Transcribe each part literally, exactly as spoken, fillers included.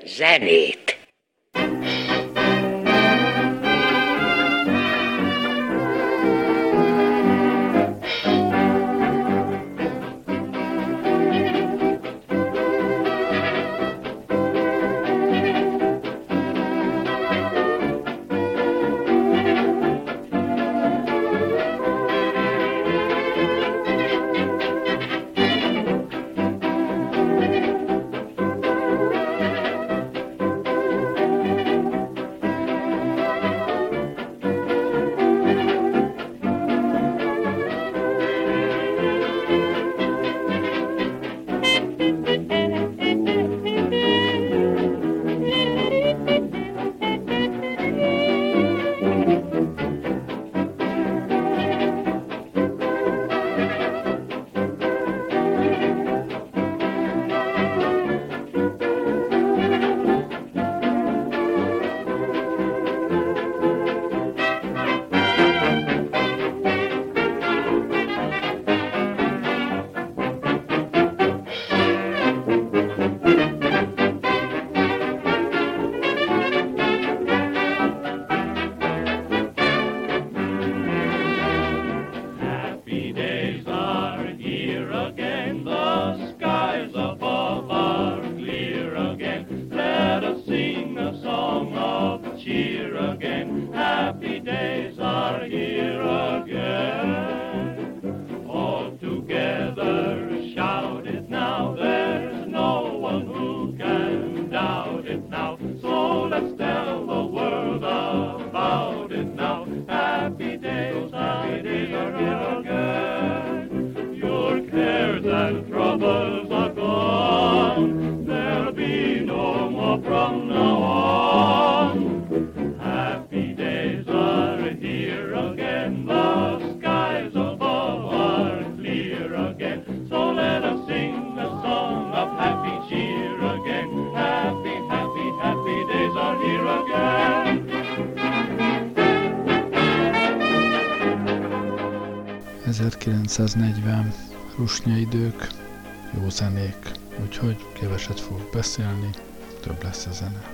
zenét. ezerkilencszáznegyven, rusnya idők, jó zenék, úgyhogy keveset fogok beszélni, több lesz a zene.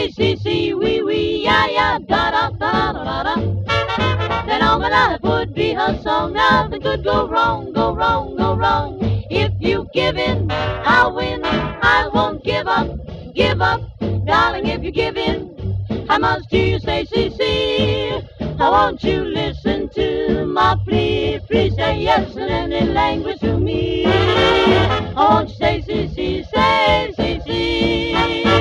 say see see wee wee ya ya da da da da da, then all my life would be her song. Nothing could go wrong, go wrong, go wrong. If you give in, I'll win. I won't give up, give up, darling. If you give in, how much do you say see see? I want you listen to my plea. Please say yes in any language to me. I want you say see see, say see see.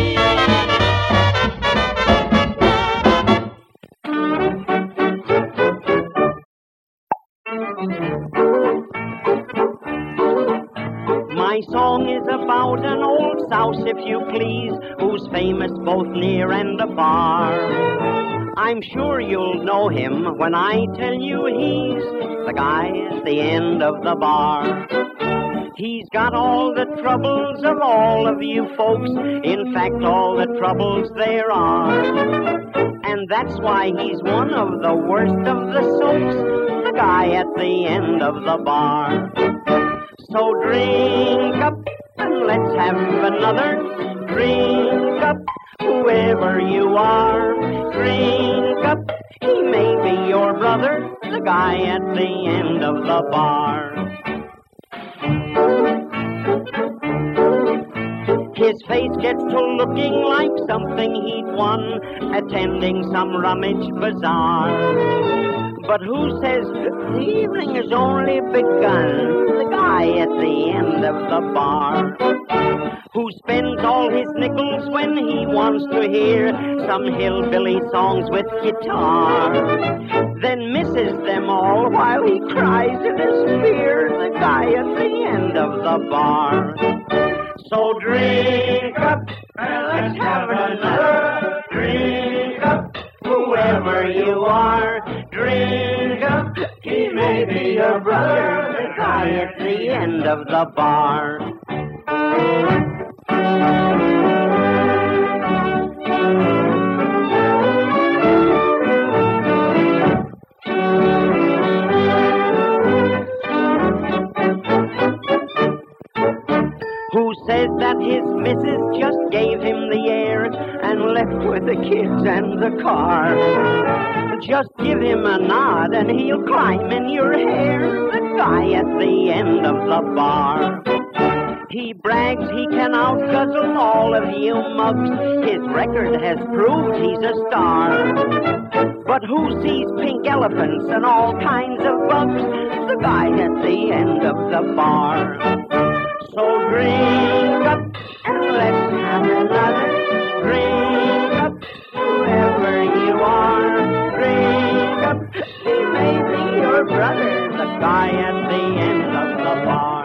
My song is about an old souse, if you please, who's famous both near and afar. I'm sure you'll know him when I tell you he's the guy at the end of the bar. He's got all the troubles of all of you folks, in fact all the troubles there are. And that's why he's one of the worst of the soaps, the guy at the end of the bar. So drink up and let's have another. Drink up, whoever you are. Drink up, he may be your brother, the guy at the end of the bar. His face gets to looking like something he'd won attending some rummage bazaar. But who says the evening has only begun? The guy at the end of the bar. Who spends all his nickels when he wants to hear some hillbilly songs with guitar, then misses them all while he cries in his fear, the guy at the end of the bar. So drink up and let's have another. Drink up, whoever you are. Drink up, he may be your brother, the guy at the end of the bar. Who says that his missus just gave him the air and left with the kids and the car? Just give him a nod and he'll climb in your hair, the guy at the end of the bar. He brags he can outguzzle all of you mugs. His record has proved he's a star. But who sees pink elephants and all kinds of bugs? The guy at the end of the bar. So drink up and let's have another. Drink up, whoever you are. Drink up, he may be your brother, the guy at the end of the bar.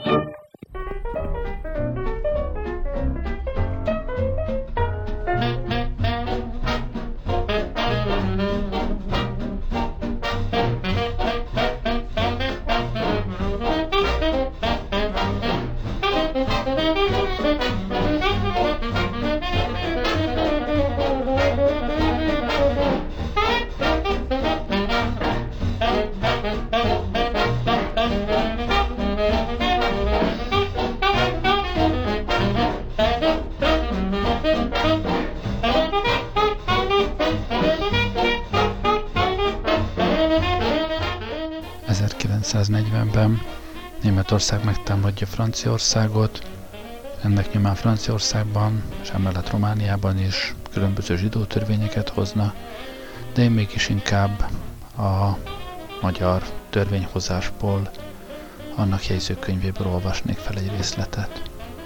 ezerkilencszáznegyvenben Németország megtámadja Franciaországot, ennek nyomán Franciaországban, és emellett Romániában is különböző zsidó törvényeket hozna, de én mégis inkább a magyar törvényhozásból, annak jegyzőkönyvéből olvasnék fel egy részletet.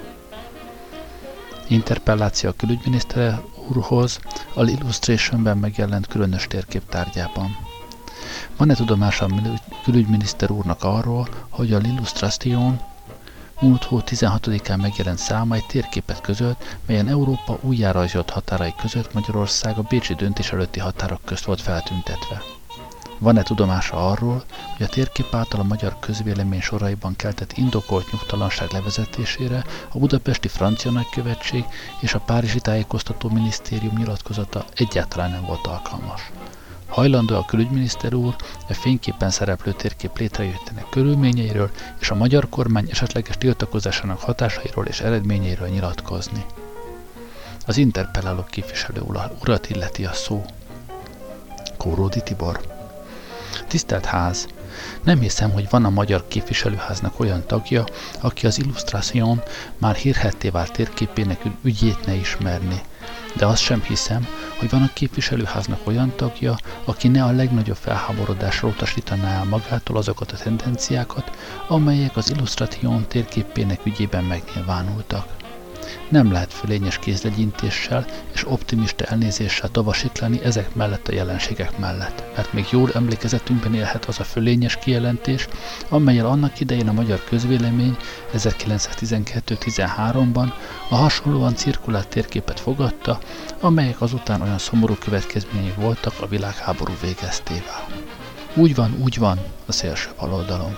Interpelláció a külügyminiszter úrhoz a Illustrationben megjelent különös térkép tárgyában. Van-e tudomása a külügyminiszter úrnak arról, hogy a Illustration múlt hó tizenhatodikán megjelent száma egy térképet közölt, melyen Európa újjárajzolt határai között Magyarország a bécsi döntés előtti határok közt volt feltüntetve? Van-e tudomása arról, hogy a térkép által a magyar közvélemény soraiban keltett indokolt nyugtalanság levezetésére a budapesti francia nagykövetség és a párizsi tájékoztató minisztérium nyilatkozata egyáltalán nem volt alkalmas? Hajlandó a külügyminiszter úr a fényképen szereplő térkép létrejöttének körülményeiről és a magyar kormány esetleges tiltakozásának hatásairól és eredményeiről nyilatkozni? Az interpelláló képviselő urat illeti a szó. Kóródi Tibor. Tisztelt Ház! Nem hiszem, hogy van a magyar képviselőháznak olyan tagja, aki az Illustration már hírhedté vált térképének ügyét ne ismerné. De azt sem hiszem, hogy van a képviselőháznak olyan tagja, aki ne a legnagyobb felháborodásra utasítaná el magától azokat a tendenciákat, amelyek az Illustration térképének ügyében megnyilvánultak. Nem lehet fölényes kézlegyintéssel és optimista elnézéssel tavasiklani ezek mellett a jelenségek mellett, mert még jól emlékezetünkben élhet az a fölényes kijelentés, amellyel annak idején a magyar közvélemény ezerkilencszáztizenkettő tizenháromban a hasonlóan cirkulált térképet fogadta, amelyek azután olyan szomorú következményei voltak a világháború végeztével. Úgy van, úgy van a szélső baloldalon.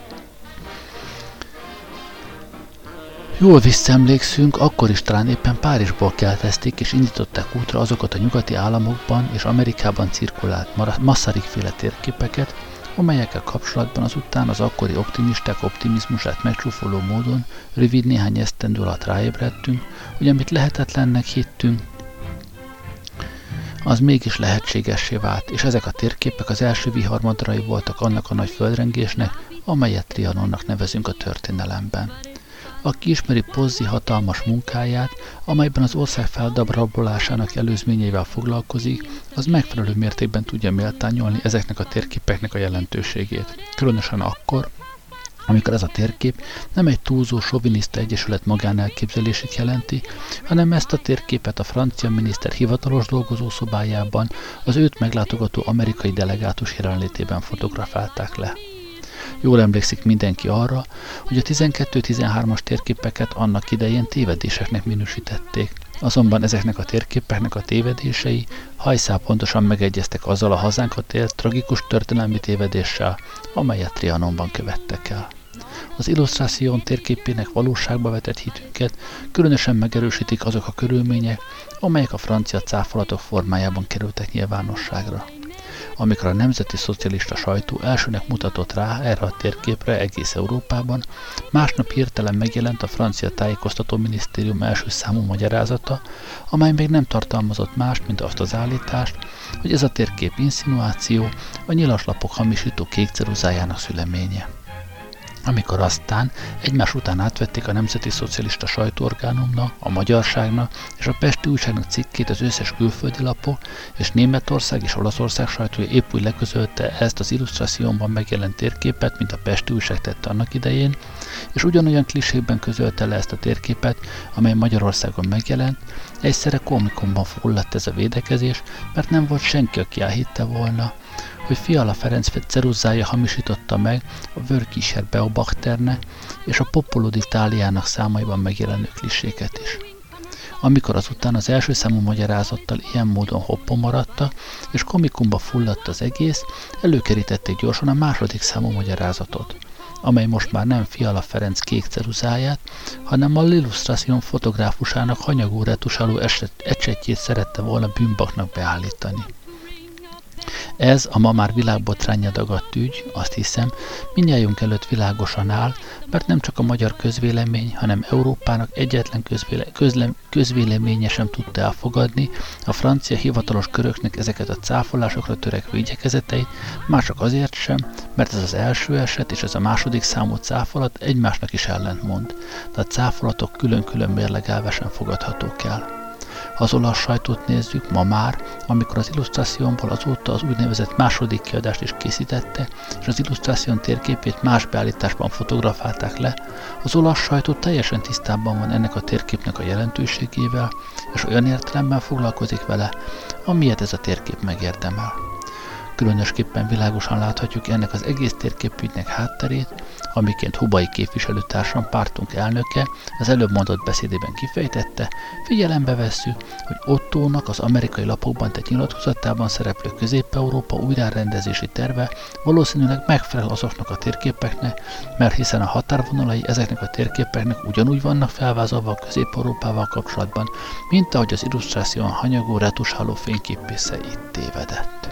Jól visszaemlékszünk, akkor is talán éppen Párizsból keltezték és indították útra azokat a nyugati államokban és Amerikában cirkulált Masaryk-féle térképeket, amelyekkel kapcsolatban azután az akkori optimisták optimizmusát megcsúfoló módon rövid néhány esztendő alatt ráébredtünk, hogy amit lehetetlennek hittünk, az mégis lehetségessé vált, és ezek a térképek az első viharmadarai voltak annak a nagy földrengésnek, amelyet Trianonnak nevezünk a történelemben. Aki ismeri Pozzi hatalmas munkáját, amelyben az ország feldarabolásának előzményeivel foglalkozik, az megfelelő mértékben tudja méltányolni ezeknek a térképeknek a jelentőségét. Különösen akkor, amikor ez a térkép nem egy túlzó soviniszta egyesület magánelképzelését jelenti, hanem ezt a térképet a francia miniszter hivatalos dolgozószobájában az őt meglátogató amerikai delegátus jelenlétében fotografálták le. Jól emlékszik mindenki arra, hogy a tizenkettő tizenhármas térképeket annak idején tévedéseknek minősítették. Azonban ezeknek a térképeknek a tévedései hajszál pontosan megegyeztek azzal a hazánkat élt tragikus történelmi tévedéssel, amelyet Trianonban követtek el. Az Illustration térképének valóságba vetett hitünket különösen megerősítik azok a körülmények, amelyek a francia cáfolatok formájában kerültek nyilvánosságra. Amikor a nemzeti szocialista sajtó elsőnek mutatott rá erre a térképre egész Európában, másnap hirtelen megjelent a francia tájékoztató minisztérium első számú magyarázata, amely még nem tartalmazott mást, mint azt az állítást, hogy ez a térkép insinuáció, a nyilaslapok hamisító kék ceruzájának szüleménye. Amikor aztán egymás után átvették a Nemzeti Szocialista Sajtóorgánumnak, a Magyarságnak és a Pesti Újságnak cikkét az összes külföldi lapok, és Németország és Olaszország sajtója épp úgy leközölte ezt az Illustrationban megjelent térképet, mint a Pesti Újság tette annak idején, és ugyanolyan klisékben közölte le ezt a térképet, amely Magyarországon megjelent, egyszerre komikumban fulladt ez a védekezés, mert nem volt senki, aki elhitte volna, hogy Fiala Ferenc ceruzája hamisította meg a Wörkischer Beobachterne és a Popolo d'Italiának számaiban megjelenő kliséket is. Amikor azután az első számú magyarázattal ilyen módon hoppon maradta, és komikumba fulladt az egész, előkerítették gyorsan a második számú magyarázatot, amely most már nem Fiala Ferenc kék ceruzáját, hanem a L'Illustration fotográfusának hanyagú retusáló ecsetjét szerette volna bűnbaknak beállítani. Ez a ma már világbotránnyá dagadt ügy, azt hiszem, mindnyájunk előtt világosan áll, mert nem csak a magyar közvélemény, hanem Európának egyetlen közvéle, közle, közvéleménye sem tudta elfogadni a francia hivatalos köröknek ezeket a cáfolásokra törekvő igyekezeteit, már csak azért sem, mert ez az első eset és ez a második számú cáfolat egymásnak is ellentmond, de a cáfolatok külön-külön mérlegelve sem fogadhatók el. Ha az olasz sajtót nézzük, ma már, amikor az Illustrationból azóta az úgynevezett második kiadást is készítette, és az Illustration térképét más beállításban fotografálták le, az olasz sajtó teljesen tisztában van ennek a térképnek a jelentőségével, és olyan értelemben foglalkozik vele, amilyet ez a térkép megérdemel. Különösképpen világosan láthatjuk ennek az egész térképügynek hátterét, amiként Hubay képviselőtársam, pártunk elnöke az előbb mondott beszédében kifejtette, figyelembe vesszük, hogy Ottónak az amerikai lapokban tett nyilatkozatában szereplő Közép-Európa újrarendezési terve valószínűleg megfelel azoknak a térképeknek, mert hiszen a határvonalai ezeknek a térképeknek ugyanúgy vannak felvázolva a Közép-Európával kapcsolatban, mint ahogy az Illustration hanyagú retusáló fényképésze itt tévedett.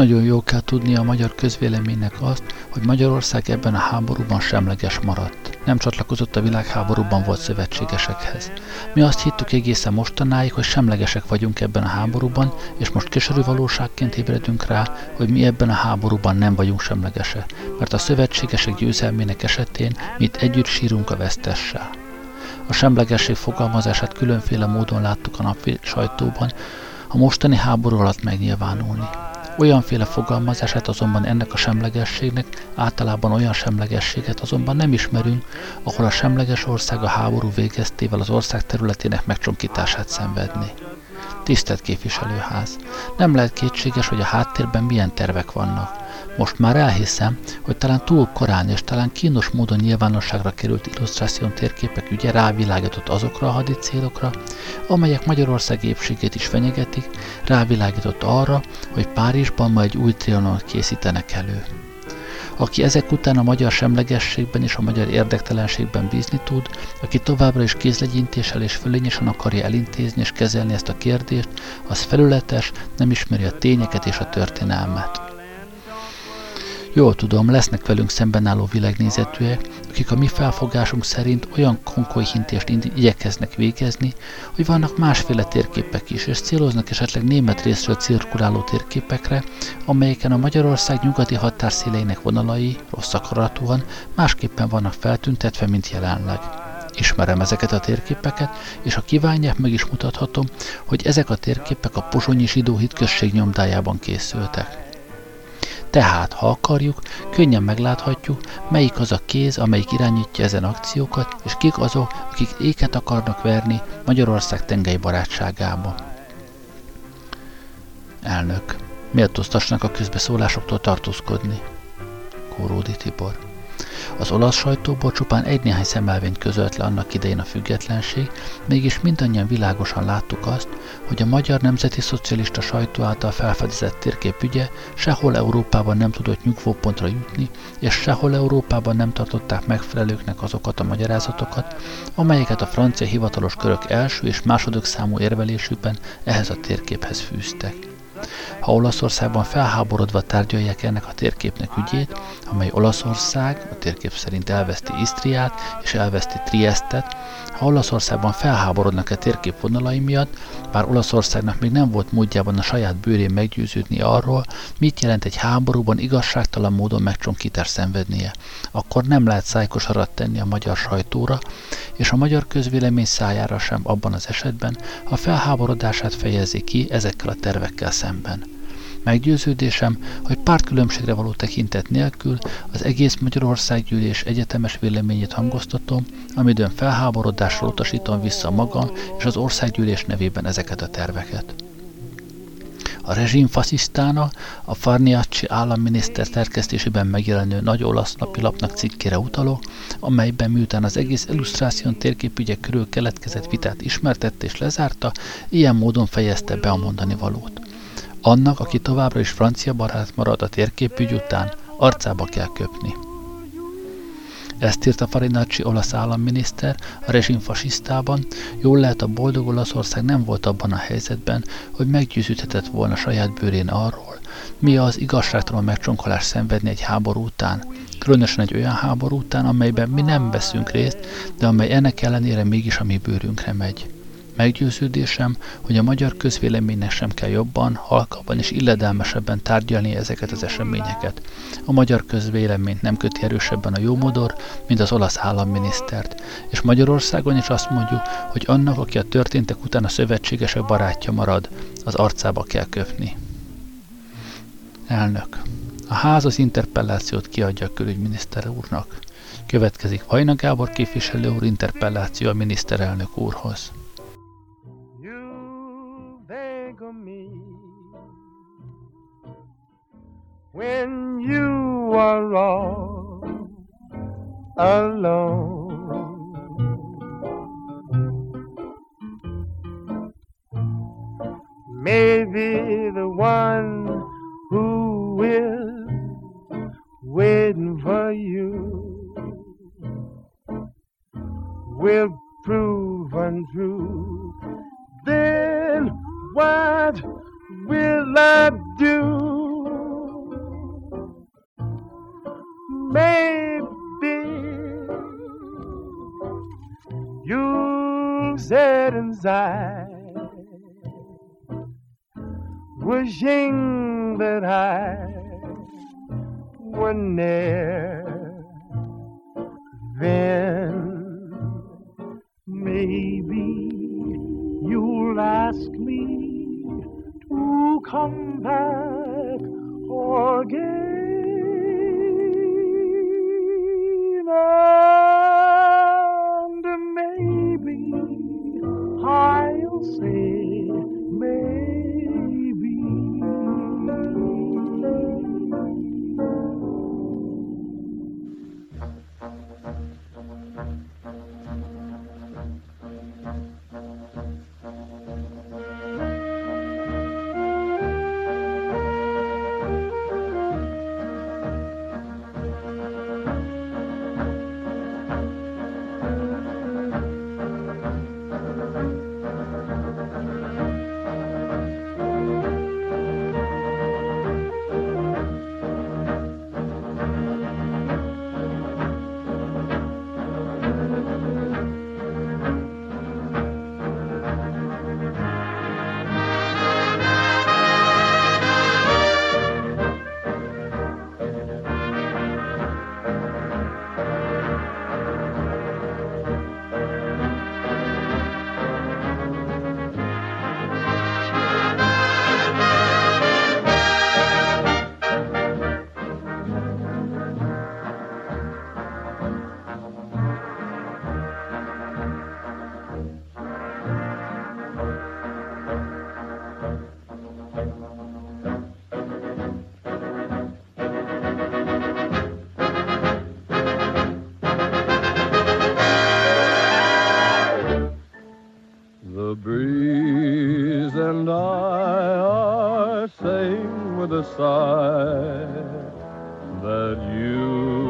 Nagyon jól kell tudnia a magyar közvéleménynek azt, hogy Magyarország ebben a háborúban semleges maradt. Nem csatlakozott a világháborúban volt szövetségesekhez. Mi azt hittük egészen mostanáig, hogy semlegesek vagyunk ebben a háborúban, és most keserű valóságként ébredünk rá, hogy mi ebben a háborúban nem vagyunk semlegesek, mert a szövetségesek győzelmének esetén mi itt együtt sírunk a vesztessel. A semlegesség fogalmazását különféle módon láttuk a napi sajtóban, a mostani háború alatt megnyilvánulni. Olyanféle fogalmazását azonban ennek a semlegességnek, általában olyan semlegességet azonban nem ismerünk, ahol a semleges ország a háború végeztével az ország területének megcsonkítását szenvedné. Tisztelt Képviselőház! Nem lehet kétséges, hogy a háttérben milyen tervek vannak. Most már elhiszem, hogy talán túl korán és talán kínos módon nyilvánosságra került illusztráción térképek ügye rávilágított azokra a hadicélokra, amelyek Magyarország épségét is fenyegetik, rávilágított arra, hogy Párizsban ma egy új trianont készítenek elő. Aki ezek után a magyar semlegességben és a magyar érdektelenségben bízni tud, aki továbbra is kézlegyintéssel és fölényesen akarja elintézni és kezelni ezt a kérdést, az felületes, nem ismeri a tényeket és a történelmet. Jól tudom, lesznek velünk szemben álló világnézetűek, akik a mi felfogásunk szerint olyan konkolyhintést igyekeznek végezni, hogy vannak másféle térképek is, és céloznak esetleg német részről cirkuláló térképekre, amelyeken a Magyarország nyugati határszéleinek vonalai, rossz akaratúan, másképpen vannak feltüntetve, mint jelenleg. Ismerem ezeket a térképeket, és ha kívánják, meg is mutathatom, hogy ezek a térképek a pozsonyi zsidó hitközség nyomdájában készültek. Tehát, ha akarjuk, könnyen megláthatjuk, melyik az a kéz, amelyik irányítja ezen akciókat, és kik azok, akik éket akarnak verni Magyarország tengely barátságába. Elnök. Méltóztassanak a közbeszólásoktól tartózkodni. Kóródi Tibor. Az olasz sajtóból csupán egy-néhány szemelvényt közölt le annak idején a függetlenség, mégis mindannyian világosan láttuk azt, hogy a magyar nemzeti szocialista sajtó által felfedezett térkép ügye sehol Európában nem tudott nyugvópontra jutni, és sehol Európában nem tartották megfelelőknek azokat a magyarázatokat, amelyeket a francia hivatalos körök első és második számú érvelésükben ehhez a térképhez fűztek. Ha Olaszországban felháborodva tárgyalják ennek a térképnek ügyét, amely Olaszország a térkép szerint elveszti Isztriát és elveszti Triestet, ha Olaszországban felháborodnak a térkép vonalai miatt, bár Olaszországnak még nem volt módjában a saját bőrén meggyőződni arról, mit jelent egy háborúban igazságtalan módon megcsonkítást szenvednie, akkor nem lehet szájkos arat tenni a magyar sajtóra, és a magyar közvélemény szájára sem abban az esetben, ha felháborodását fejezi ki ezekkel a tervekkel szemben. Meggyőződésem, hogy pártkülönbségre való tekintet nélkül az egész Magyarországgyűlés egyetemes véleményét hangoztatom, amidőn felháborodásról utasítom vissza magam és az országgyűlés nevében ezeket a terveket. A rezsim fasisztána a Farniacci államminiszter szerkesztésében megjelenő nagy olasz napilapnak cikkére utalok, amelyben miután az egész illusztráción térképügyek körül keletkezett vitát ismertette és lezárta, ilyen módon fejezte be a mondani valót. Annak, aki továbbra is francia barát marad a térképügy után, arcába kell köpni. Ezt írta Farinacci olasz államminiszter a rezsim fasisztában, jól lehet a boldog Olaszország nem volt abban a helyzetben, hogy meggyőződhetett volna saját bőrén arról, mi az igazságtalan megcsonkolást szenvedni egy háború után, különösen egy olyan háború után, amelyben mi nem veszünk részt, de amely ennek ellenére mégis a mi bőrünkre megy. Meggyőződésem, hogy a magyar közvéleménynek sem kell jobban, halkabban és illedelmesebben tárgyalni ezeket az eseményeket. A magyar közvéleményt nem köti erősebben a jómodor, mint az olasz államminisztert, és Magyarországon is azt mondjuk, hogy annak, aki a történtek után a szövetségesek barátja marad, az arcába kell köpni. Elnök. A ház az interpellációt kiadja a külügyminiszter úrnak. Következik Vajna Gábor képviselő úr interpelláció a miniszterelnök úrhoz. When you are all alone, maybe the one who is waiting for you will prove untrue. Then what will I do? you said inside, wishing that I were near. Then maybe you'll ask me to come back again. And maybe I'll say maybe. The breeze and I are saying with a sigh that you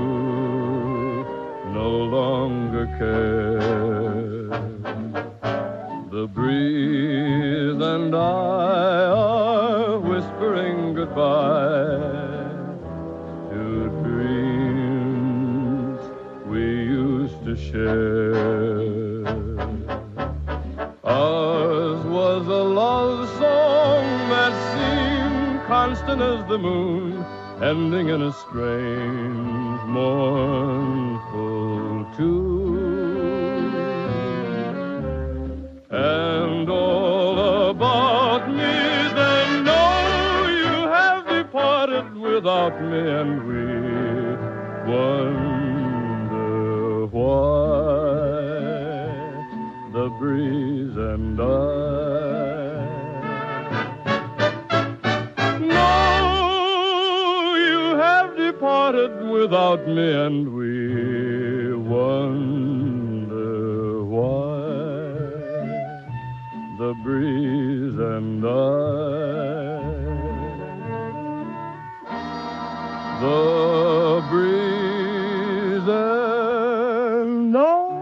no longer care. The breeze and I are whispering goodbye to dreams we used to share. Ours was a love song that seemed constant as the moon, ending in a strange, mournful tune. And all about me they know you have departed without me, and we wonder why. The breeze and I. No, you have departed without me, and we wonder why. The breeze and I. The breeze and I.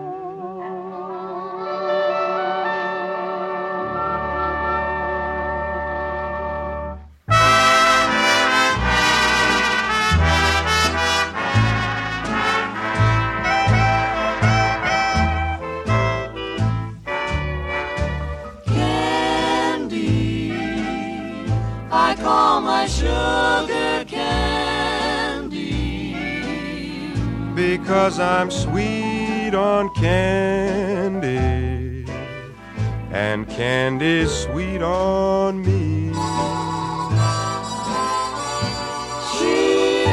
Sugar candy, because I'm sweet on candy, and candy's sweet on me. She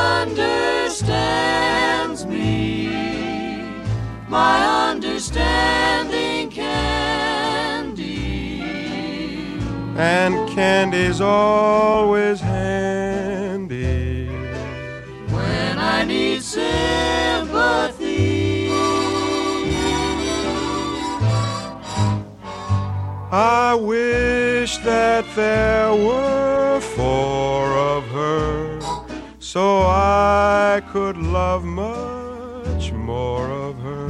understands me, my understanding candy, and candy's always handy when I need sympathy. I wish that there were four of her, so I could love much more of her.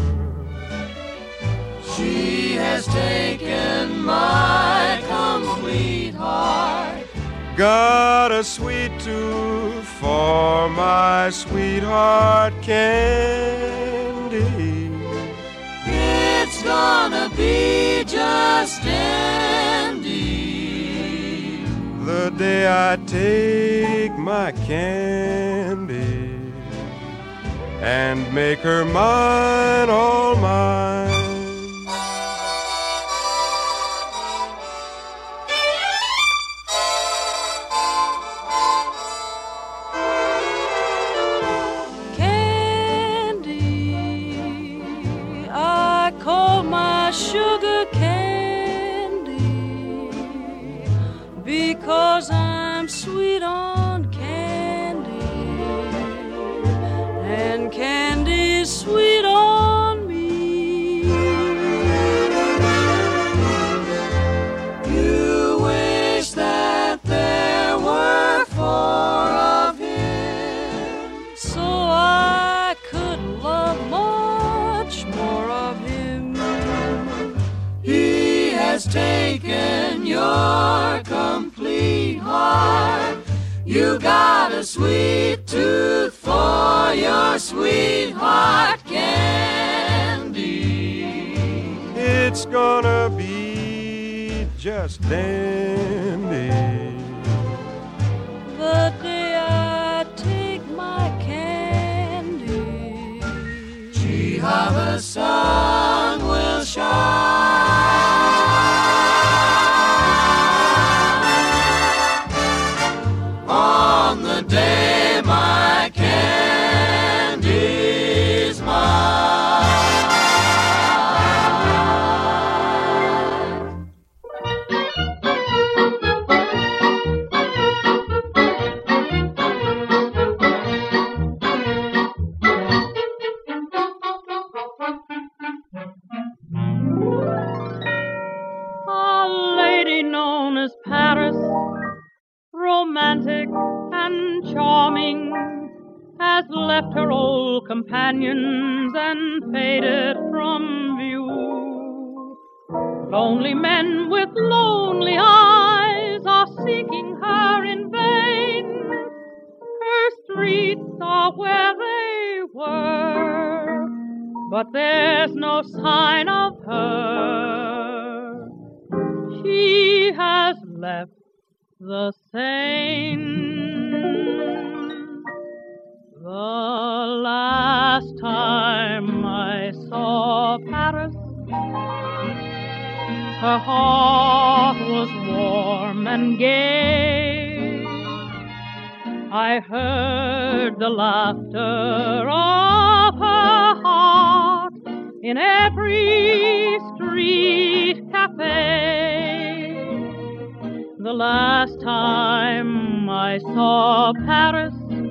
She has taken my complete heart, got a sweet tooth for my sweetheart candy. It's be just ending. The day I take my Candy and make her mine, all mine. Sugar candy, because I'm sweet on candy, and candy's sweet on me. You wish that there were four of him, so I could love much more of him. He has taken your complete heart. You got a sweet tooth for your sweetheart candy. It's gonna be just dandy The day I take my candy, gee, how the sun will shine on the day my candy's mine. a lady known as Paris, romantic and charming, has left her old companions and faded from view. Lonely men with lonely eyes are seeking her in vain. Her streets are where they were, but there's no sign of her. She has left the same. The last time I saw Paris, her heart was warm and gay. I heard the laughter of her heart in every street cafe. The last time I saw Paris,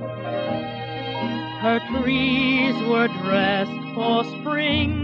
her trees were dressed for spring,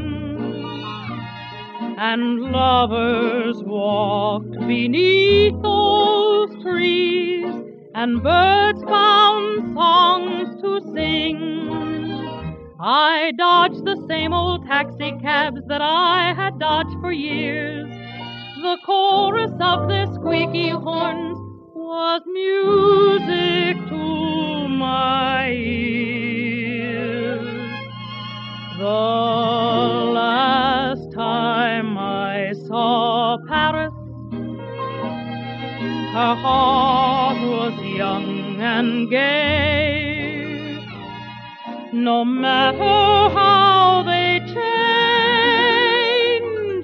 and lovers walked beneath those trees, and birds found songs to sing. I dodged the same old taxi cabs that I had dodged for years. The chorus of their squeaky horns was music to my ears. The last time I saw Paris, her heart was young and gay. No matter how they change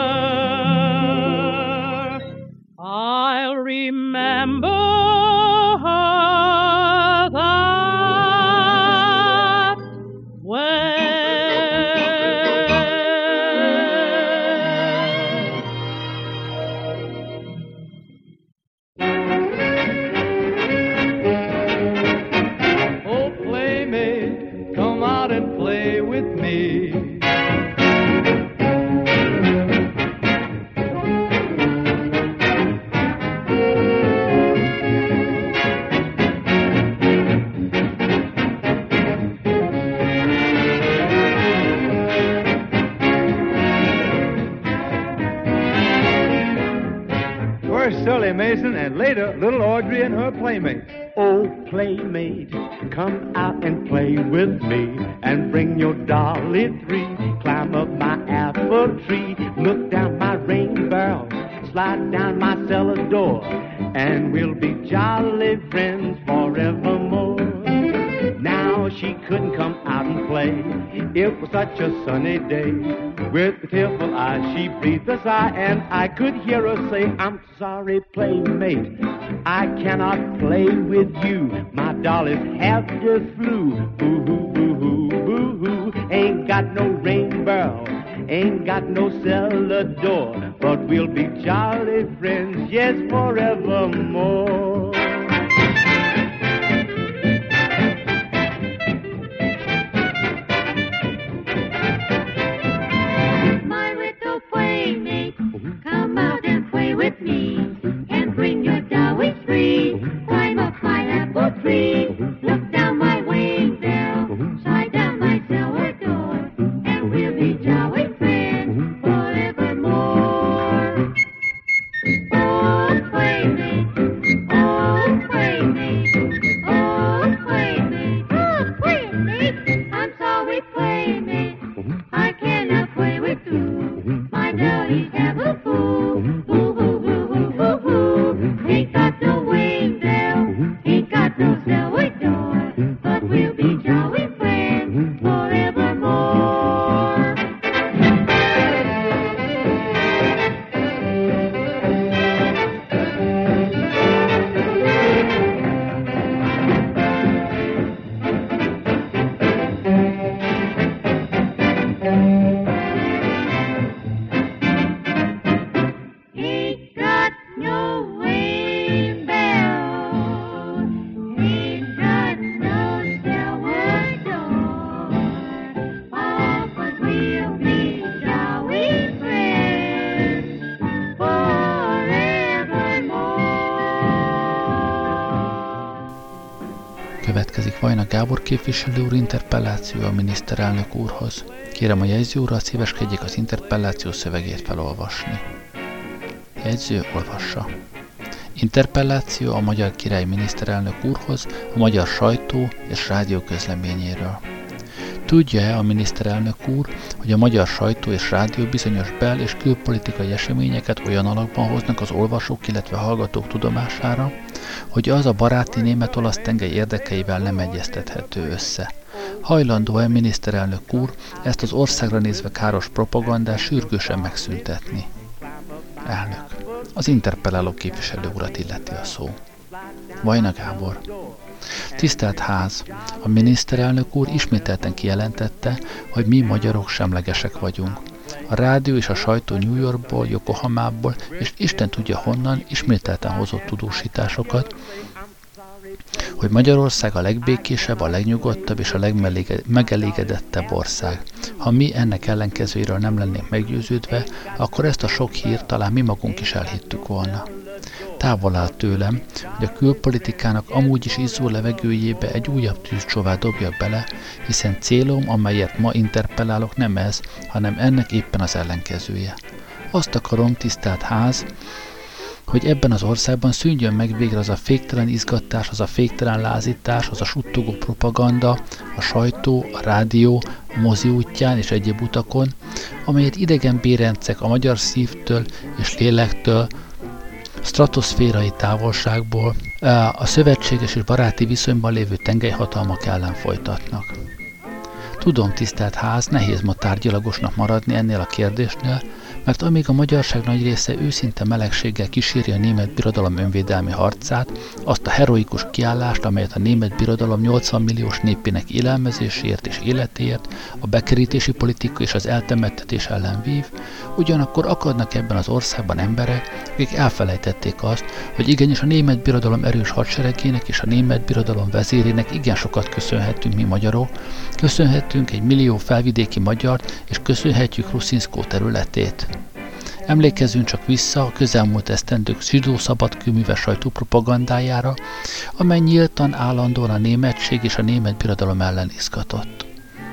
her, I'll remember her that way. Oh, playmate, come out and play with me. Shirley Mason, and later little Audrey and her playmates. Oh, playmate, come out and play with me, and bring your dolly three. Climb up my apple maple tree. Look down my rain barrel, slide down my cellar door, and we'll be jolly friends forevermore. Now she couldn't come out and play. It was such a sunny day. With the tearful eyes she breathed a sigh, and I could hear her say, I'm sorry, playmate, I cannot play with you. My dollies have just flew. Boo-hoo, boo-hoo, boo-hoo. Ain't got no rain barrel, ain't got no cellar door, but we'll be jolly friends, yes, forevermore. My little playmate, come out and play with me, and bring your dollies free. Climb up my apple tree, look down my wing bell, slide down my cellar door, and we'll be jolly friends forevermore. Oh, playmate, oh, playmate, oh, playmate, oh, playmate, I'm sorry, playmate, I cannot play with you. My dollies have a fool. Boo, boo, boo, boo, boo, boo. Ain't got no wing bell, ain't got no cellar door, but we'll be jolly friends forevermore. Ain't got no wing bell, ain't got no cellar door, oh, but we'll be jolly friends forevermore. Következik Vajna Gábor képviselő úr interpelláció a miniszterelnök úrhoz. Kérem a jegyző urat, szíveskedjék az interpelláció szövegét felolvasni. Jegyző olvassa. Interpelláció a magyar király miniszterelnök úrhoz a magyar sajtó és rádió közleményéről. Tudja-e a miniszterelnök úr, hogy a magyar sajtó és rádió bizonyos bel- és külpolitikai eseményeket olyan alakban hoznak az olvasók, illetve hallgatók tudomására, hogy az a baráti német-olasz tengely érdekeivel nem egyeztethető össze? Hajlandó-e miniszterelnök úr ezt az országra nézve káros propagandát sürgősen megszüntetni? Elnök. Az interpelláló képviselő urat illeti a szó. Vajna Gábor. Tisztelt Ház! A miniszterelnök úr ismételten kijelentette, hogy mi magyarok semlegesek vagyunk. A rádió és a sajtó New Yorkból, Yokohamából és Isten tudja honnan ismételten hozott tudósításokat, hogy Magyarország a legbékésebb, a legnyugodtabb és a legmegelégedettebb ország. Ha mi ennek ellenkezőiről nem lennénk meggyőződve, akkor ezt a sok hírt talán mi magunk is elhittük volna. Távol áll tőlem, hogy a külpolitikának amúgy is izzó levegőjébe egy újabb tűzcsóvát dobjak bele, hiszen célom, amelyet ma interpellálok, nem ez, hanem ennek éppen az ellenkezője. Azt akarom, tisztelt Ház, hogy ebben az országban szűnjön meg végre az a féktelen izgatás, az a féktelen lázítás, az a suttogó propaganda, a sajtó, a rádió, a mozi útján és egyéb utakon, amelyet idegen bérencek a magyar szívtől és lélektől, stratoszférai távolságból, a szövetséges és baráti viszonyban lévő tengelyhatalmak ellen folytatnak. Tudom, tisztelt Ház, nehéz ma tárgyalagosnak maradni ennél a kérdésnél, mert amíg a magyarság nagy része őszinte melegséggel kíséri a német birodalom önvédelmi harcát, azt a heroikus kiállást, amelyet a német birodalom nyolcvan milliós népének élelmezéséért és életéért, a bekerítési politika és az eltemettetés ellen vív, ugyanakkor akadnak ebben az országban emberek, akik elfelejtették azt, hogy igenis a német birodalom erős hadseregének és a német birodalom vezérének igen sokat köszönhetünk mi magyarok, köszönhetünk egy millió felvidéki magyart, és köszönhetjük Ruszinszkó területét. Emlékezzünk csak vissza a közelmúlt esztendők zsidó szabadkőműves sajtópropagandájára, amely nyíltan, állandóan a németség és a német birodalom ellen izgatott.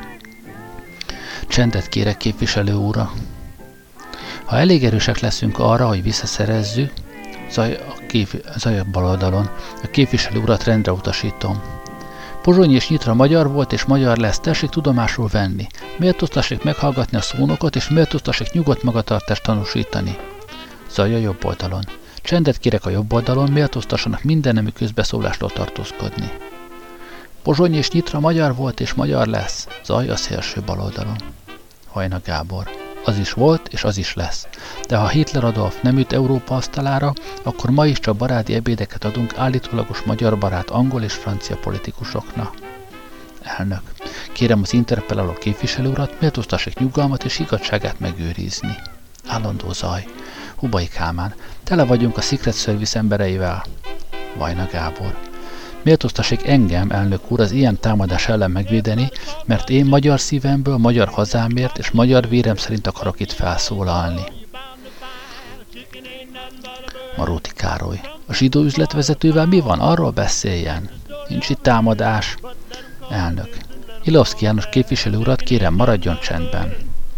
Csendet kérek, képviselő úra! Ha elég erősek leszünk arra, hogy visszaszerezzük, zaj a, kép, zaj a bal oldalon, a képviselő urat rendre utasítom. Pozsony és Nyitra magyar volt és magyar lesz, tessék tudomásul venni. Méltóztassék meghallgatni a szónokot, és méltóztassék nyugodt magatartást tanúsítani. Zaj a jobb oldalon. Csendet kérek a jobb oldalon, méltóztassanak minden nemű közbeszólástól tartózkodni. Pozsony és Nyitra magyar volt és magyar lesz. Zaj a szélső bal oldalon. Vajna Gábor. Az is volt, és az is lesz. De ha Hitler Adolf nem üt Európa asztalára, akkor ma is csak baráti ebédeket adunk állítólagos magyar barát angol és francia politikusoknak. Elnök. Kérem az interpelláló képviselő urat, méltóztassék nyugalmat és igazságát megőrizni. Állandó zaj. Hubai Kálmán. Tele vagyunk a Secret Service embereivel. Vajna Gábor. Méltóztassék engem, elnök úr, az ilyen támadás ellen megvédeni, mert én magyar szívemből, magyar hazámért és magyar vérem szerint akarok itt felszólalni. Maróti Károly. A zsidó üzletvezetővel mi van? Arról beszéljen. Nincs itt támadás. Elnök. Ilovszki János képviselő urat kérem, maradjon csendben.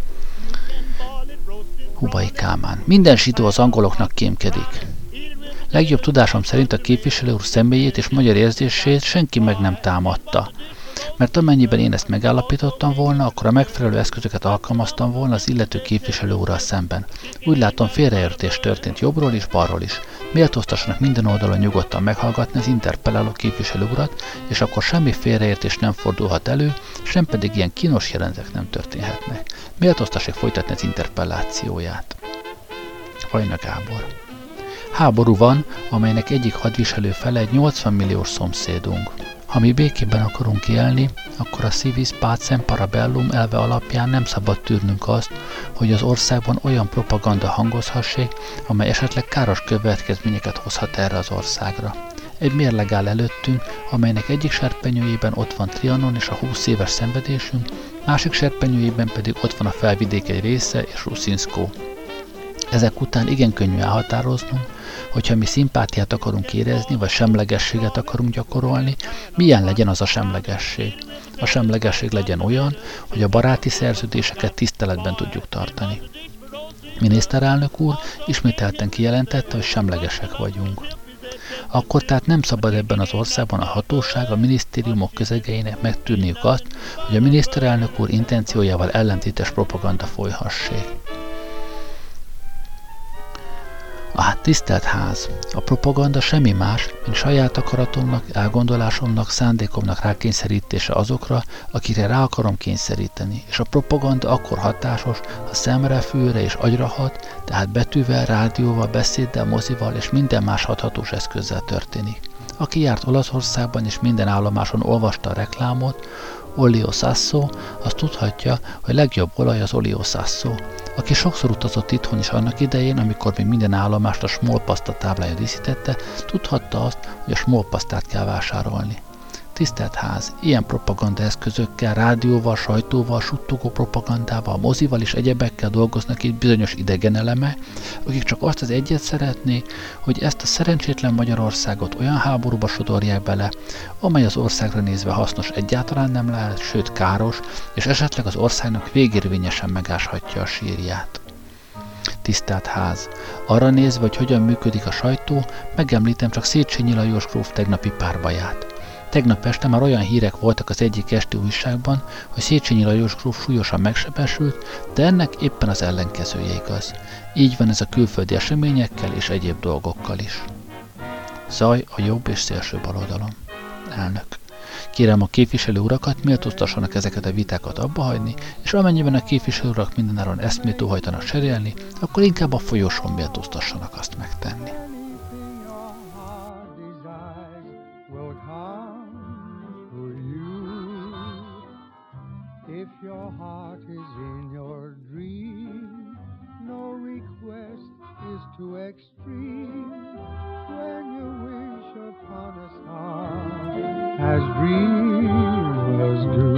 Hubai Kálmán. Minden zsidó az angoloknak kémkedik. Legjobb tudásom szerint a képviselő úr személyét és magyar érzését senki meg nem támadta. Mert amennyiben én ezt megállapítottam volna, akkor a megfelelő eszközöket alkalmaztam volna az illető képviselő úrral szemben. Úgy látom, félreértés történt jobbról is, balról is. Méltóztassanak minden oldalon nyugodtan meghallgatni az interpelláló képviselő urat, és akkor semmi félreértés nem fordulhat elő, sem pedig ilyen kínos jelenetek nem történhetnek. Méltóztassék folytatni az interpellációját. Vajna Gábor. Háború van, amelynek egyik hadviselő fele egy nyolcvan milliós szomszédunk. Ha mi békében akarunk élni, akkor a civis pacem parabellum elve alapján nem szabad tűrnünk azt, hogy az országban olyan propaganda hangozhassék, amely esetleg káros következményeket hozhat erre az országra. Egy mérleg áll előttünk, amelynek egyik serpenyőjében ott van Trianon és a húsz éves szenvedésünk, másik serpenyőjében pedig ott van a felvidék egy része és Ruszinszkó. Ezek után igen könnyű elhatároznunk, hogyha mi szimpátiát akarunk érezni, vagy semlegességet akarunk gyakorolni, milyen legyen az a semlegesség. A semlegesség legyen olyan, hogy a baráti szerződéseket tiszteletben tudjuk tartani. Miniszterelnök úr ismételten kijelentette, hogy semlegesek vagyunk. Akkor tehát nem szabad ebben az országban a hatóság, a minisztériumok közegeinek megtűrniük azt, hogy a miniszterelnök úr intenciójával ellentétes propaganda folyhassék. A tisztelt ház, a propaganda semmi más, mint saját akaratomnak, elgondolásomnak, szándékomnak rákényszerítése azokra, akire rá akarom kényszeríteni, és a propaganda akkor hatásos, ha szemre, fülre és agyra hat, tehát betűvel, rádióval, beszéddel, mozival és minden más hathatós eszközzel történik. Aki járt Olaszországban és minden állomáson olvasta a reklámot, Olio Sasso, azt tudhatja, hogy legjobb olaj az Olio Sasso. Aki sokszor utazott itthon is annak idején, amikor még minden állomást a smolpaszta táblája díszítette, tudhatta azt, hogy a smolpasztát kell vásárolni. Tisztelt ház, ilyen propagandaeszközökkel, rádióval, sajtóval, suttogó propagandával, mozival és egyebekkel dolgoznak itt bizonyos idegenelemek, akik csak azt az egyet szeretnék, hogy ezt a szerencsétlen Magyarországot olyan háborúba sodorják bele, amely az országra nézve hasznos egyáltalán nem lehet, sőt káros, és esetleg az országnak végérvényesen megáshatja a sírját. Tisztelt ház, arra nézve, hogy hogyan működik a sajtó, megemlítem csak Széchenyi Lajos gróf tegnapi párbaját. Tegnap este már olyan hírek voltak az egyik esti újságban, hogy Széchenyi Lajos gróf súlyosan megsebesült, de ennek éppen az ellenkezője igaz. Így van ez a külföldi eseményekkel és egyéb dolgokkal is. Zaj a jobb és szélső bal oldalon. Elnök. Kérem a képviselő urakat, méltóztassanak ezeket a vitákat abba hagyni, és amennyiben a képviselő urak mindenáron eszmét óhajtanak cserélni, akkor inkább a folyosón méltóztassanak azt megtenni. If your heart is in your dream, no request is too extreme. When you wish upon a star, as dreamers do,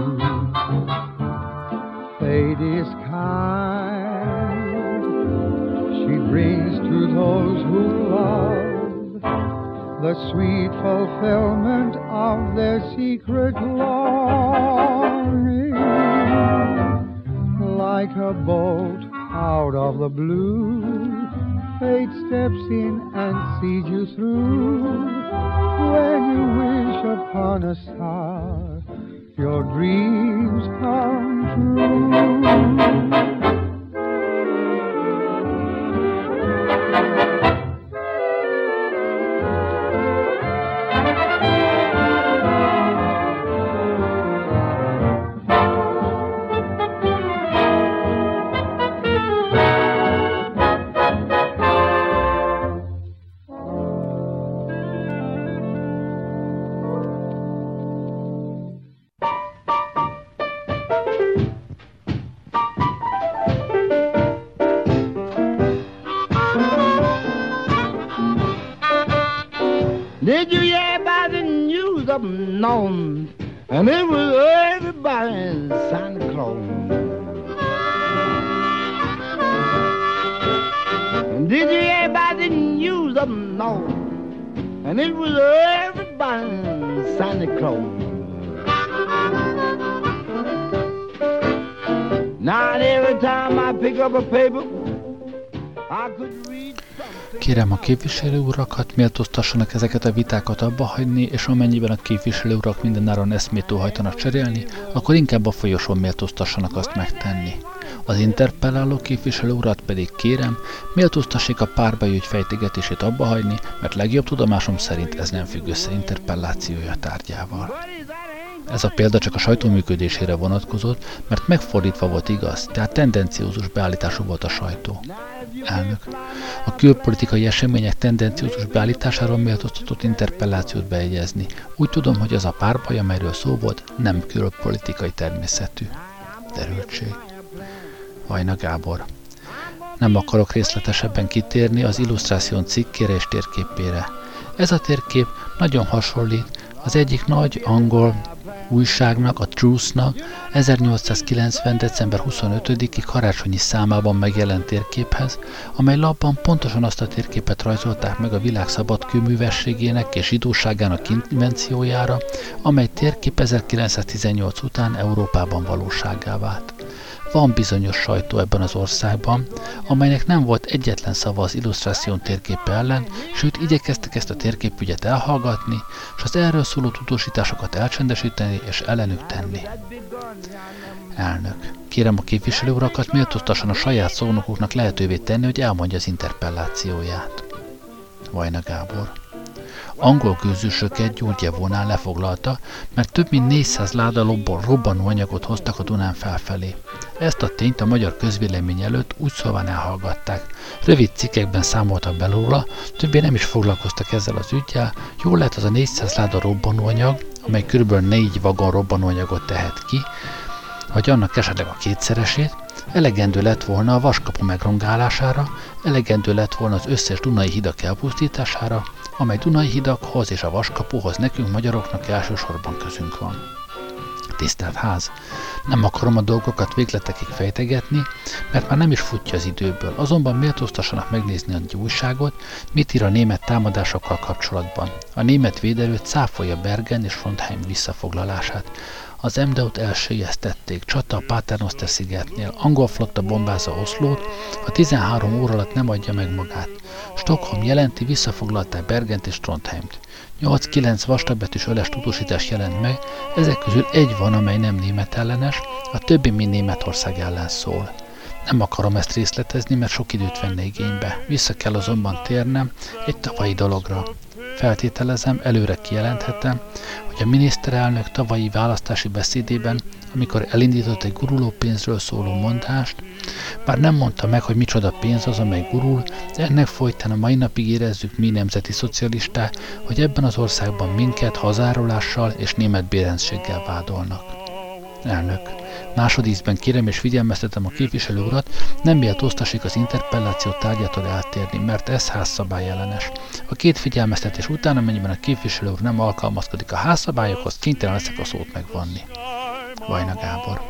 fate is kind. She brings to those who love the sweet fulfillment of their secret longing. Like a bolt out of the blue, Fate steps in and sees you through. When you wish upon a star, your dreams come true. Did you hear about the news up north? And it was everybody's Santa Claus. Did you hear about the news up north? And it was everybody's Santa Claus. Now every time I pick up a paper, I could read. Kérem a képviselő urakat, méltóztassanak ezeket a vitákat abba hagyni, és amennyiben a képviselő urak mindenáron eszmét óhajtanak cserélni, akkor inkább a folyosón méltóztassanak azt megtenni. Az interpelláló képviselő urat pedig kérem, méltóztassék a párbajügy fejtegetését abba hagyni, mert legjobb tudomásom szerint ez nem függ össze interpellációja tárgyával. Ez a példa csak a sajtó működésére vonatkozott, mert megfordítva volt igaz, tehát tendenciózus beállítású volt a sajtó. Elnök. A külpolitikai események tendenciózus beállításáról méltóztatott interpellációt bejegyezni. Úgy tudom, hogy az a párbaj, amelyről szó volt, nem külpolitikai természetű. Derültség. Vajna Gábor. Nem akarok részletesebben kitérni az Illusztráción cikkére és térképére. Ez a térkép nagyon hasonlít az egyik nagy angol újságnak, a Truth-nak ezernyolcszázkilencven. december huszonötödiki karácsonyi számában megjelent térképhez, amely lapban pontosan azt a térképet rajzolták meg a világ szabadkőművességének és zsidóságának invenciójára, amely térkép ezerkilencszáztizennyolc után Európában valósággá vált. Van bizonyos sajtó ebben az országban, amelynek nem volt egyetlen szava az Illusztráción térképe ellen, sőt igyekeztek ezt a térképügyet elhallgatni, és az erről szóló tudósításokat elcsendesíteni és ellenük tenni. Elnök. Kérem a képviselő urakat, méltóztasson a saját szónokuknak lehetővé tenni, hogy elmondja az interpellációját. Vajna Gábor. Angol gőzősöket Gyurgyevónál lefoglalta, mert több mint négyszáz láda robbanóanyagot hoztak a Dunán felfelé. Ezt a tényt a magyar közvélemény előtt úgy szóván elhallgatták. Rövid cikkekben számoltak be róla, többé nem is foglalkoztak ezzel az üggyel, jól lehet az a négyszáz láda robbanóanyag, amely kb. négy vagon robbanóanyagot tehet ki, vagy annak esetleg a kétszeresét, elegendő lett volna a Vaskapu megrongálására, elegendő lett volna az összes dunai hidak elpusztítására, amely dunai hidakhoz és a Vaskapuhoz nekünk magyaroknak elsősorban közünk van. Tisztelt Ház! Nem akarom a dolgokat végletekig fejtegetni, mert már nem is futja az időből, azonban méltóztassanak megnézni a újságot, mit ír a német támadásokkal kapcsolatban. A német védelő cáfolja Bergen és Trondheim visszafoglalását. Az em dé o-t elsüllyesztették, csata a Paternoster szigetnél, angol flotta bombázza Oszlót, a tizenhárom óra alatt nem adja meg magát. Stockholm jelenti, visszafoglalták Bergent és Trondheimt. nyolc-kilenc vastagbetűs öles tudósítás jelent meg, ezek közül egy van, amely nem német ellenes, a többi mind Németország ellen szól. Nem akarom ezt részletezni, mert sok időt venne igénybe. Vissza kell azonban térnem egy tavalyi dologra. Feltételezem, előre kijelenthetem, hogy a miniszterelnök tavalyi választási beszédében, amikor elindított egy guruló pénzről szóló mondást, bár nem mondta meg, hogy micsoda pénz az, amely gurul, de ennek folytán a mai napig érezzük mi nemzeti szocialisták, hogy ebben az országban minket hazárolással és német bérencséggel vádolnak. Elnök. Másodízben kérem és figyelmeztetem a képviselő urat, nem méltóztassék az interpelláció tárgyától eltérni, mert ez házszabály ellenes. A két figyelmeztetés után, amennyiben a képviselő úr nem alkalmazkodik a házszabályokhoz, kénytelen leszek a szót megvonni. Vajna Gábor.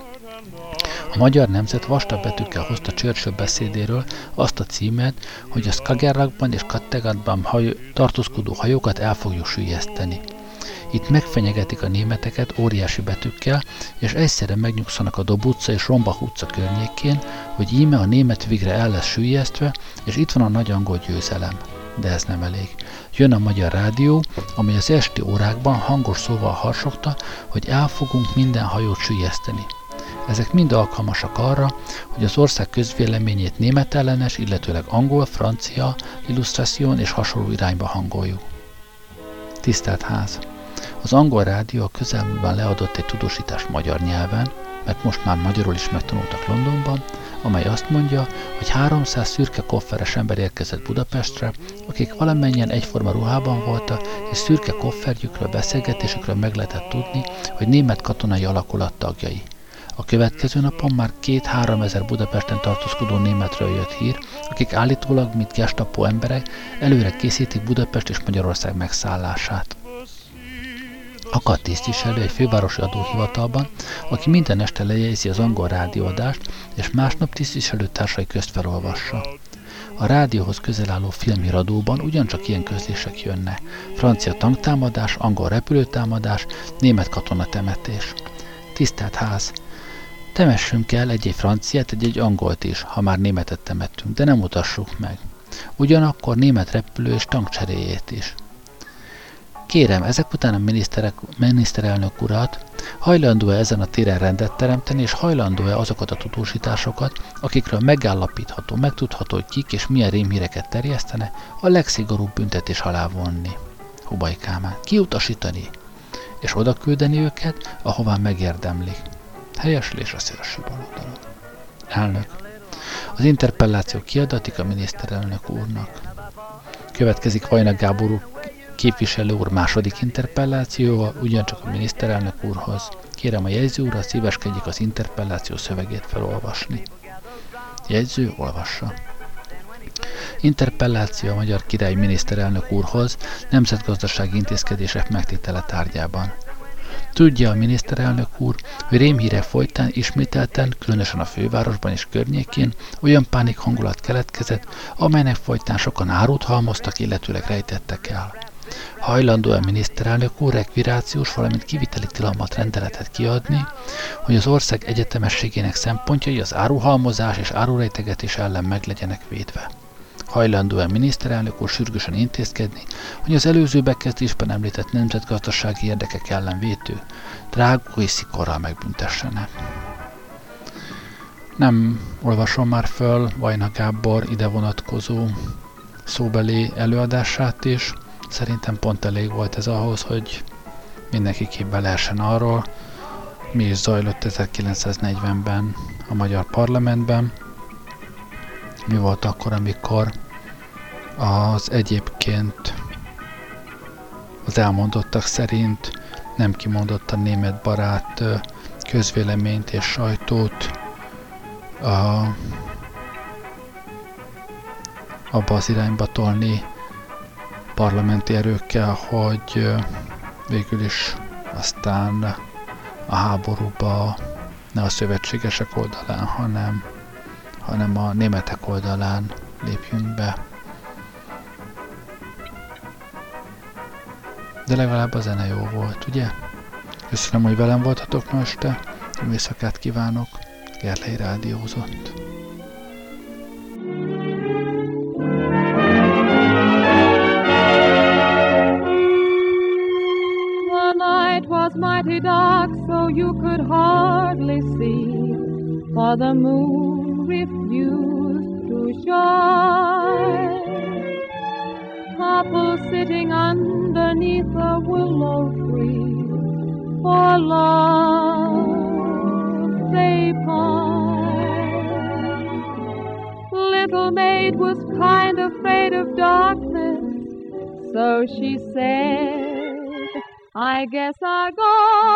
A magyar nemzet vastag betűkkel hozta Churchill beszédéről azt a címet, hogy a Skagerrakban és Kattegatban hajó, tartózkodó hajókat el fogjuk süllyeszteni. Itt megfenyegetik a németeket óriási betűkkel, és egyszerre megnyugszanak a Dob utca és Rombach utca környékén, hogy íme a német végre el lesz süllyesztve, és itt van a nagy angol győzelem. De ez nem elég. Jön a Magyar Rádió, amely az esti órákban hangos szóval harsogta, hogy el fogunk minden hajót süllyeszteni. Ezek mind alkalmasak arra, hogy az ország közvéleményét németellenes, illetőleg angol, francia, illusztráción és hasonló irányba hangoljuk. Tisztelt Ház! Az angol rádió a közelmúltban leadott egy tudósítást magyar nyelven, mert most már magyarul is megtanultak Londonban, amely azt mondja, hogy háromszáz szürke kofferes ember érkezett Budapestre, akik valamennyien egyforma ruhában voltak, és szürke kofferjükről, beszélgetésükről meg lehetett tudni, hogy német katonai alakulat tagjai. A következő napon már két-három ezer Budapesten tartózkodó németről jött hír, akik állítólag, mint gestapo emberek, előre készítik Budapest és Magyarország megszállását. Akadt tisztviselő egy fővárosi adóhivatalban, aki minden este lejegyzi az angol rádióadást, és másnap tisztviselőtársai közt felolvassa. A rádióhoz közel álló filmhíradóban ugyancsak ilyen közlések jönnek. Francia tanktámadás, angol repülőtámadás, német katonatemetés. Tisztelt Ház! Temessünk el egy-egy franciát, egy-egy angolt is, ha már németet temettünk, de nem mutassuk meg. Ugyanakkor német repülő és tankcseréjét is. Kérem, ezek után a miniszterek, miniszterelnök urat, hajlandó-e ezen a téren rendet teremteni, és hajlandó-e azokat a tudósításokat, akikről megállapítható, megtudható, hogy kik és milyen rémhíreket terjesztene, a legszigorúbb büntetés alá vonni. Hubay Kálmán. Kiutasítani, és oda küldeni őket, ahová megérdemlik. Helyeslés a szélső baloldalon. Elnök. Az interpelláció kiadatik a miniszterelnök úrnak. Következik Vajna Gábor úr képviselő úr második interpellációval, ugyancsak a miniszterelnök úrhoz. Kérem a jegyző úrral, szíveskedjék az interpelláció szövegét felolvasni. Jegyző, olvassa. Interpelláció a magyar király miniszterelnök úrhoz nemzetgazdasági intézkedések megtétele tárgyában. Tudja a miniszterelnök úr, hogy rémhírek folytán ismételten, különösen a fővárosban és környékén olyan pánik hangulat keletkezett, amelynek folytán sokan árut halmoztak, illetőleg rejtettek el. Hajlandó a miniszterelnök úr rekvirációs, valamint kiviteli tilalmat rendeletet kiadni, hogy az ország egyetemességének szempontjai az áruhalmozás és árurejtegetés ellen meg legyenek védve. Hajlandó-e miniszterelnök úr sürgősen intézkedni, hogy az előző bekezdésben említett nemzetgazdasági érdekek ellen vétő, drágói szikorral megbüntessenek. Nem olvasom már föl Vajna Gábor ide vonatkozó szóbeli előadását is. Szerintem pont elég volt ez ahhoz, hogy mindenki képbe lehessen arról, mi is zajlott ezerkilencszáznegyvenben a magyar parlamentben. Mi volt akkor, amikor az egyébként az elmondottak szerint nem kimondottan német barát közvéleményt és sajtót a, abba az irányba tolni parlamenti erőkkel, hogy végül is aztán a háborúba ne a szövetségesek oldalán, hanem hanem a németek oldalán lépjünk be. De legalább a zene jó volt, ugye? Köszönöm, hogy velem voltatok ma este. Jó éjszakát kívánok. Gerlei rádiózott. The night was mighty dark, so you could hardly see, for the moon refused to shine. Couple sitting underneath a willow tree, for love they pine. Little maid was kind of afraid of darkness, so she said, I guess I'll go.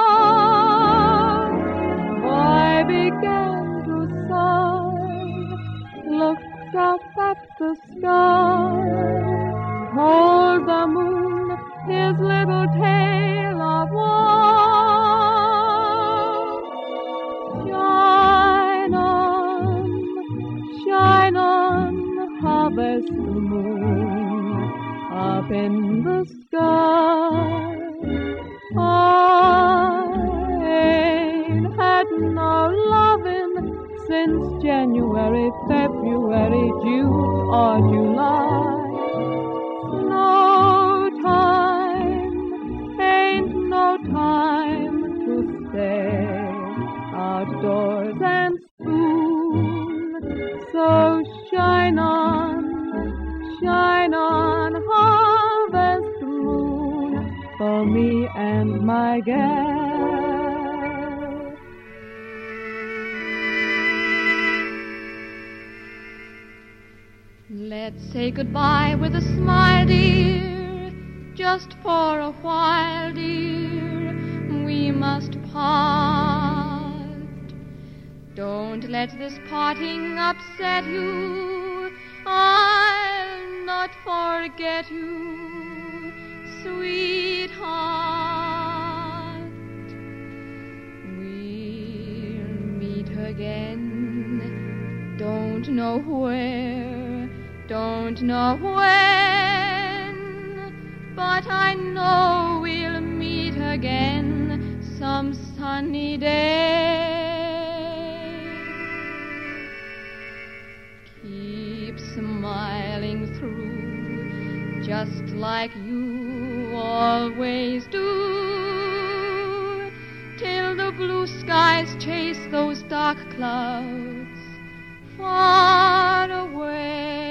I began to sigh, looked up at the sky, told the moon his little tale of woe. Shine on, shine on, harvest moon, up in the sky. since January, February, June, or July. No time, ain't no time to stay outdoors and spoon. So shine on, shine on, harvest moon, for me and my gal. Let's say goodbye with a smile, dear, just for a while, dear, we must part. Don't let this parting upset you, I'll not forget you, sweetheart. We'll meet again, don't know where, don't know when, but I know we'll meet again some sunny day. Keep smiling through, just like you always do, till the blue skies chase those dark clouds far away.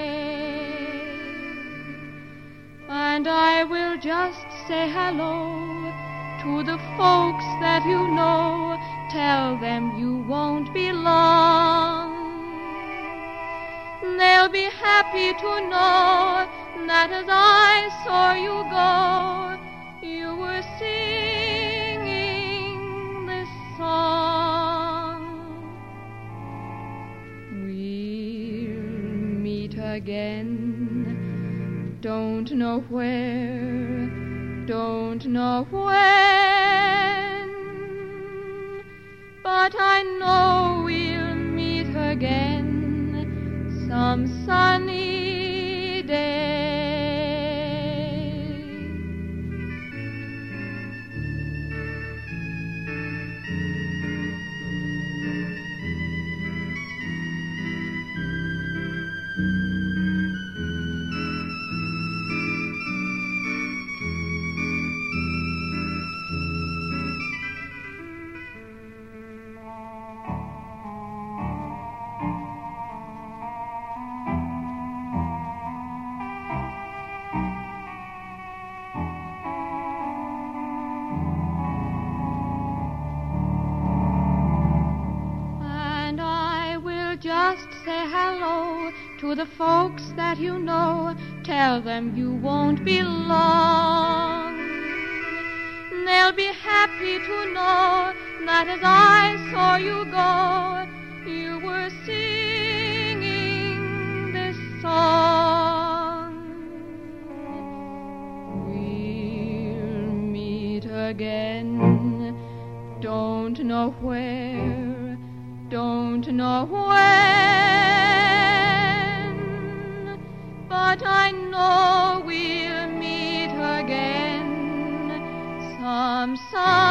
And I will just say hello to the folks that you know. Tell them you won't be long. They'll be happy to know that as I saw you go, you were singing this song. We'll meet again, don't know where, don't know when, but I know we'll meet again some sunny day. Just say hello to the folks that you know. Tell them you won't be long. They'll be happy to know that as I saw you go, you were singing this song. We'll meet again, don't know where, don't know when, but I know we'll meet again some, some